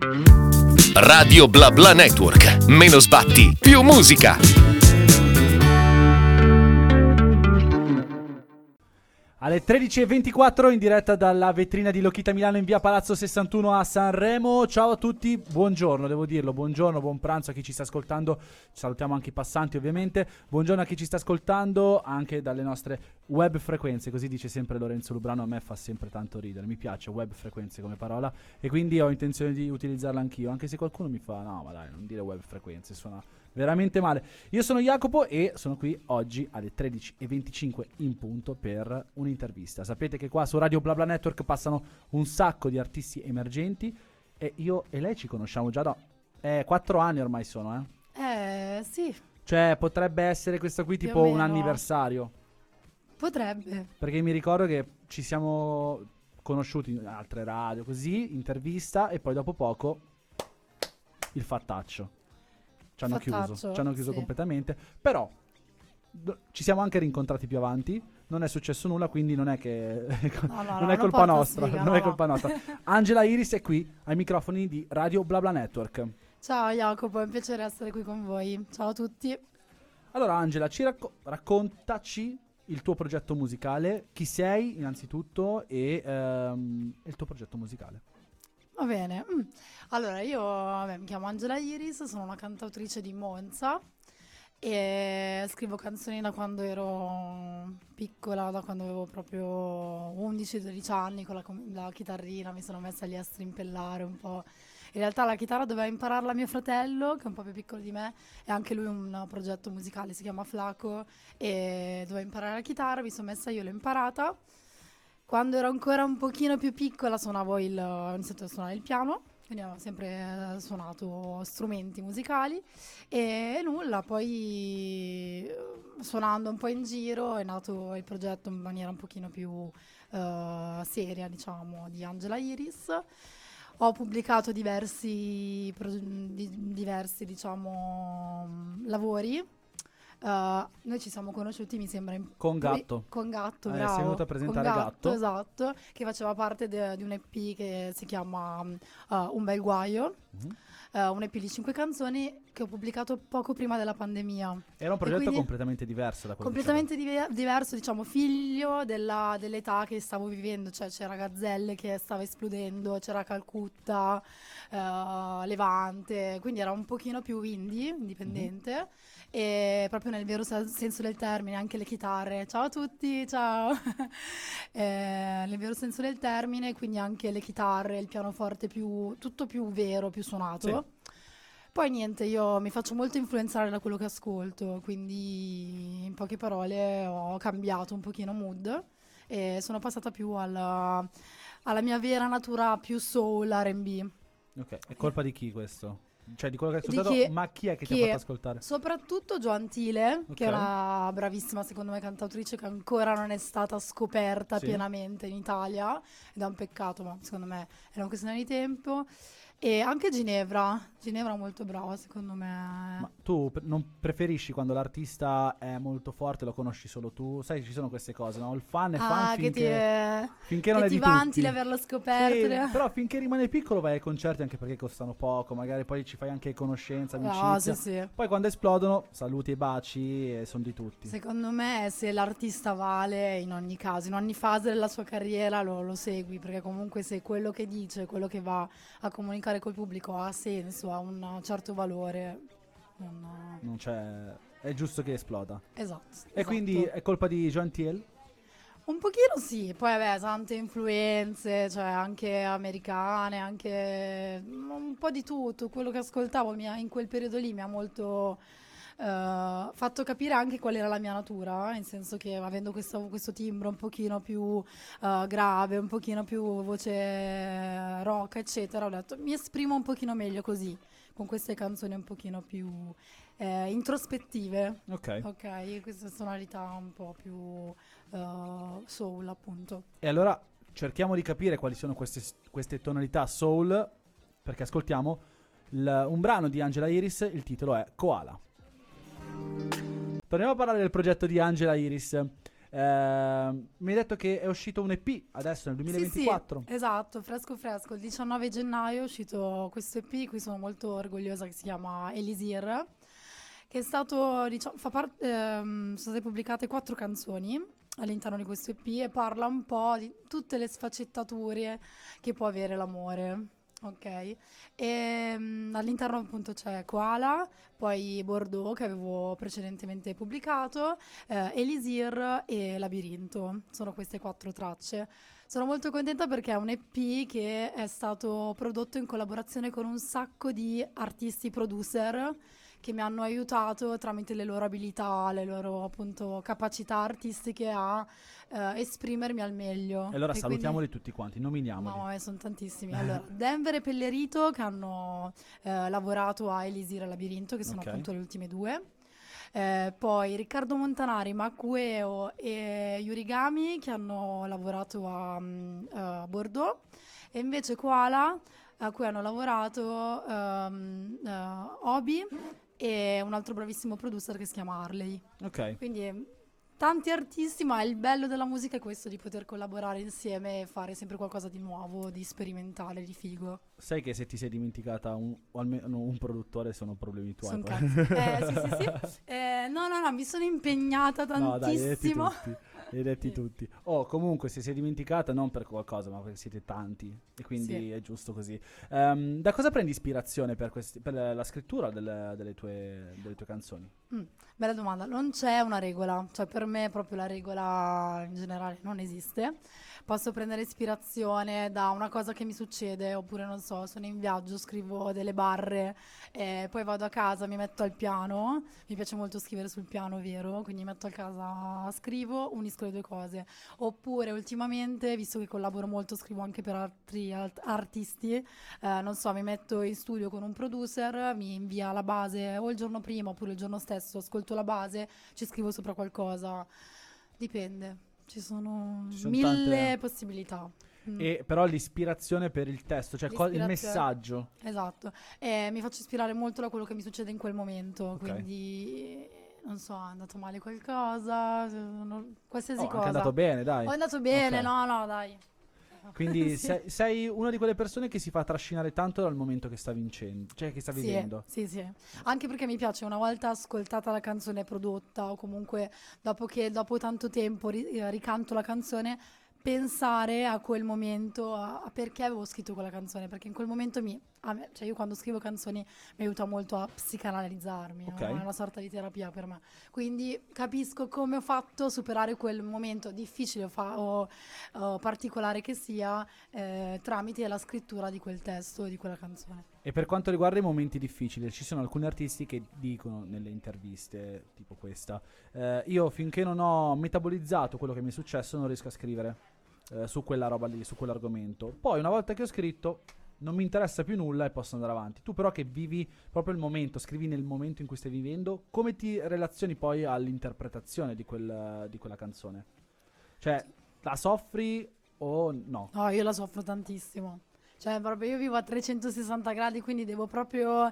Radio Bla Bla Network. Meno sbatti, più musica. Alle 13.24 in diretta dalla vetrina di Lokita Milano in via Palazzo 61 a Sanremo. Ciao a tutti, buongiorno, devo dirlo, buongiorno, buon pranzo a chi ci sta ascoltando. Salutiamo anche i passanti ovviamente. Buongiorno a chi ci sta ascoltando anche dalle nostre web frequenze, così dice sempre Lorenzo Lubrano, a me fa sempre tanto ridere, mi piace web frequenze come parola e quindi ho intenzione di utilizzarla anch'io, anche se qualcuno mi fa no ma dai non dire web frequenze, suona veramente male. Io sono Jacopo e sono qui oggi alle 13.25 in punto per un'intervista. Sapete che qua su Radio Bla Bla Network passano un sacco di artisti emergenti e io e lei ci conosciamo già da 4 anni ormai sono, Sì. Cioè potrebbe essere questo qui tipo un anniversario. Potrebbe. Perché mi ricordo che ci siamo conosciuti in altre radio così, intervista e poi dopo poco il fattaccio. Ci hanno chiuso sì. completamente. Però ci siamo anche rincontrati più avanti. Non è successo nulla, quindi non è che non è colpa nostra. Non è colpa nostra. Angela Iris è qui ai microfoni di Radio Bla Bla Network. Ciao Jacopo, è un piacere essere qui con voi. Ciao a tutti. Allora Angela, raccontaci il tuo progetto musicale. Chi sei innanzitutto e il tuo progetto musicale. Va bene. Allora, io mi chiamo Angela Iris, sono una cantautrice di Monza e scrivo canzoni da quando ero piccola, da quando avevo proprio 11-12 anni con la chitarrina, mi sono messa lì a strimpellare un po'. In realtà la chitarra doveva impararla mio fratello, che è un po' più piccolo di me, e anche lui un progetto musicale, si chiama Flaco, e doveva imparare la chitarra, mi sono messa io, l'ho imparata. Quando ero ancora un pochino più piccola ho iniziato a suonare il piano, quindi ho sempre suonato strumenti musicali e nulla, poi suonando un po' in giro è nato il progetto in maniera un pochino più seria, diciamo, di Angela Iris. Ho pubblicato diversi diciamo, lavori. Noi ci siamo conosciuti, mi sembra, con Gatto. Con Gatto, bravo. Sei venuto a presentare Gatto. Esatto, che faceva parte di un EP che si chiama Un bel guaio. Un EP di 5 canzoni che ho pubblicato poco prima della pandemia. Era un progetto completamente diverso da quello. Completamente diverso, diciamo, figlio dell'età che stavo vivendo, cioè c'era Gazzelle che stava esplodendo, c'era Calcutta, Levante, quindi era un pochino più indie, indipendente. E proprio nel vero senso del termine, anche le chitarre, ciao a tutti, ciao, nel vero senso del termine, quindi anche le chitarre, il pianoforte, tutto più vero, più suonato. Sì. Poi niente, io mi faccio molto influenzare da quello che ascolto, quindi in poche parole ho cambiato un pochino mood e sono passata più alla mia vera natura più soul, R&B. Ok, è colpa di chi questo? Cioè di quello che hai ascoltato, ma chi è che ti ha fatto ascoltare? Soprattutto Gioantile, che è una bravissima, secondo me, cantautrice che ancora non è stata scoperta pienamente in Italia, ed è un peccato, ma secondo me è una questione di tempo. E anche Ginevra molto brava, secondo me. Ma tu non preferisci quando l'artista è molto forte, lo conosci solo tu? Sai, ci sono queste cose, no? Il fan è fan finché non è di tutti. Che ti vanti di averlo scoperto. Sì, però finché rimane piccolo vai ai concerti, anche perché costano poco, magari poi ci fai anche conoscenza, amicizia. Sì. Poi quando esplodono, saluti e baci e sono di tutti. Secondo me se l'artista vale in ogni caso, in ogni fase della sua carriera lo segui, perché comunque se quello che dice, quello che va a comunicare col pubblico ha senso, ha un certo valore, non c'è, è giusto che esploda. Esatto. E quindi è colpa di Gioantil? Un pochino sì, poi tante influenze, cioè anche americane, anche un po' di tutto. Quello che ascoltavo in quel periodo lì mi ha molto fatto capire anche qual era la mia natura, nel senso che avendo questo timbro un pochino più grave, un pochino più voce rock, eccetera, ho detto mi esprimo un pochino meglio così, con queste canzoni un pochino più introspettive. Ok, questa sonorità un po' più soul, appunto. E allora cerchiamo di capire quali sono queste tonalità soul, perché ascoltiamo un brano di Angela Iris, il titolo è Koala. Torniamo a parlare del progetto di Angela Iris. Mi hai detto che è uscito un EP adesso nel 2024. Sì, esatto, fresco fresco. Il 19 gennaio è uscito questo EP di cui sono molto orgogliosa, che si chiama Elisir, che è stato, diciamo, sono state pubblicate 4 canzoni all'interno di questo EP e parla un po' di tutte le sfaccettature che può avere l'amore. Ok, e all'interno appunto c'è Koala, poi Bordeaux che avevo precedentemente pubblicato, Elisir e Labirinto, sono queste 4 tracce. Sono molto contenta perché è un EP che è stato prodotto in collaborazione con un sacco di artisti producer che mi hanno aiutato tramite le loro abilità, le loro appunto capacità artistiche a esprimermi al meglio. E allora E salutiamoli tutti quanti, nominiamoli. Mamma mia, sono tantissimi. Allora, Denver e Pellerito che hanno lavorato a Elisir e Labirinto, che sono Ok. appunto le ultime 2. Poi Riccardo Montanari, Makueo e Yurigami che hanno lavorato a Bordeaux. E invece Koala, a cui hanno lavorato Obi e un altro bravissimo producer che si chiama Harley. Ok. Quindi tanti artisti, ma il bello della musica è questo, di poter collaborare insieme e fare sempre qualcosa di nuovo, di sperimentale, di figo. Sai che se ti sei dimenticata o almeno un produttore sono problemi tuoi. Sono poi. cazzo. Sì. No, mi sono impegnata No, dai, tantissimo. li hai detti tutti. Oh, comunque, se sei dimenticata, non per qualcosa, ma perché siete tanti. E quindi Sì. è giusto così. Da cosa prendi ispirazione per la scrittura delle tue canzoni? Bella domanda, non c'è una regola, cioè per me proprio la regola in generale non esiste. Posso prendere ispirazione da una cosa che mi succede, oppure non so, sono in viaggio, scrivo delle barre, poi vado a casa, mi metto al piano, mi piace molto scrivere sul piano, vero? Quindi mi metto a casa, scrivo, unisco le 2 cose. Oppure ultimamente, visto che collaboro molto, scrivo anche per altri artisti, non so, mi metto in studio con un producer, mi invia la base o il giorno prima oppure il giorno stesso, ascolto la base, ci scrivo sopra qualcosa, dipende, ci sono Ci sono 1000 tante- possibilità. E però l'ispirazione per il testo, cioè il L'ispirazione. messaggio. Esatto, e mi faccio ispirare molto da quello che mi succede in quel momento, Ok. quindi non so, è andato male qualcosa, qualsiasi Oh, anche cosa. è andato bene, dai. È andato bene, Ok. no, dai. Quindi Sì. sei una di quelle persone che si fa trascinare tanto dal momento che sta vincendo, cioè che sta vivendo. Sì, anche perché mi piace una volta ascoltata la canzone prodotta o comunque dopo tanto tempo ricanto la canzone, pensare a quel momento, a perché avevo scritto quella canzone, perché in quel momento cioè io quando scrivo canzoni mi aiuta molto a psicanalizzarmi, Ok. no? È una sorta di terapia per me, quindi capisco come ho fatto a superare quel momento difficile o particolare che sia tramite la scrittura di quel testo, di quella canzone. E per quanto riguarda i momenti difficili, ci sono alcuni artisti che dicono nelle interviste, tipo questa, io finché non ho metabolizzato quello che mi è successo non riesco a scrivere su quella roba lì, su quell'argomento. Poi una volta che ho scritto non mi interessa più nulla e posso andare avanti. Tu però che vivi proprio il momento, scrivi nel momento in cui stai vivendo, come ti relazioni poi all'interpretazione di quella canzone? Cioè, la soffri o no? No, io la soffro tantissimo. Cioè, proprio io vivo a 360 gradi, quindi devo proprio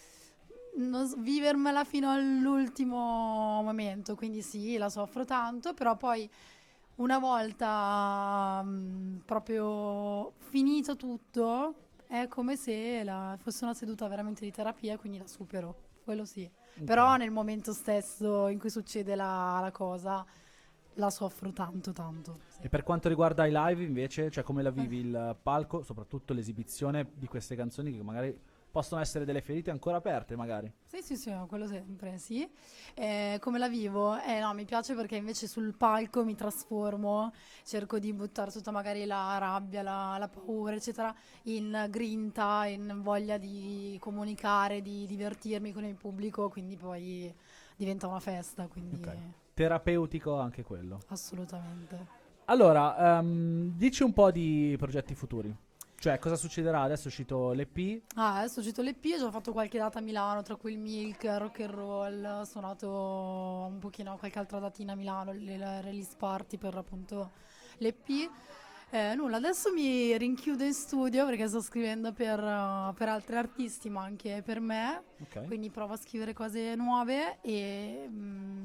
vivermela fino all'ultimo momento. Quindi sì, la soffro tanto, però poi una volta proprio finito tutto, è come se fosse una seduta veramente di terapia, quindi la supero. Quello sì. Però nel momento stesso in cui succede la cosa, la soffro tanto, tanto. Sì. E per quanto riguarda i live invece, cioè come la vivi il palco, soprattutto l'esibizione di queste canzoni che magari possono essere delle ferite ancora aperte magari? Sì, quello sempre, sì. Come la vivo? No, mi piace perché invece sul palco mi trasformo, cerco di buttare tutta magari la rabbia, la paura, eccetera, in grinta, in voglia di comunicare, di divertirmi con il pubblico, quindi poi diventa una festa, quindi Ok. Terapeutico anche quello. assolutamente. Allora, dici un po' di progetti futuri. Cioè, cosa succederà? Adesso è uscito l'EP. Adesso ho uscito l'EP, ho già fatto qualche data a Milano, tra cui il Milk, Rock and Roll, ho suonato un pochino qualche altra datina a Milano, le release party per appunto l'EP. Nulla, adesso mi rinchiudo in studio perché sto scrivendo per altri artisti, ma anche per me, Ok. quindi provo a scrivere cose nuove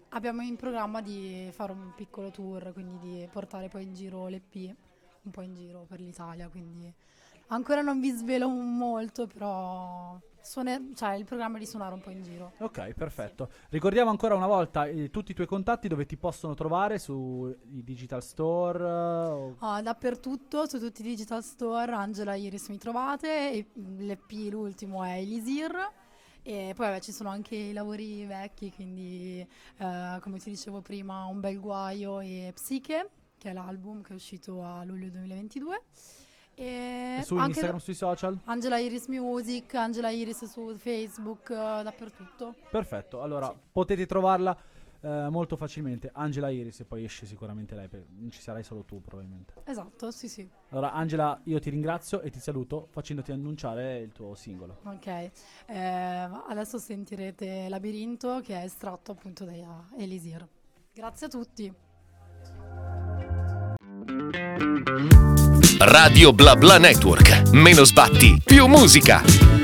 abbiamo in programma di fare un piccolo tour, quindi di portare poi in giro l'EP, un po' in giro per l'Italia, quindi ancora non vi svelo molto, però il programma è di suonare un po' in giro. Ok, perfetto. Ricordiamo ancora una volta tutti i tuoi contatti, dove ti possono trovare, sui digital store? Dappertutto, su tutti i digital store, Angela Iris mi trovate, e l'EP l'ultimo è Elisir, e poi ci sono anche i lavori vecchi, quindi come ti dicevo prima, Un bel guaio e Psiche, che è l'album che è uscito a luglio 2022. E su Instagram, sui social? Angela Iris Music, Angela Iris su Facebook, dappertutto. Perfetto, allora potete trovarla molto facilmente, Angela Iris, e poi esce sicuramente lei, non ci sarai solo tu probabilmente. Esatto, sì. Allora Angela, io ti ringrazio e ti saluto facendoti annunciare il tuo singolo. Ok, adesso sentirete Labirinto, che è estratto appunto da Elisir. Grazie a tutti. Radio Bla Bla Network. Meno sbatti, più musica.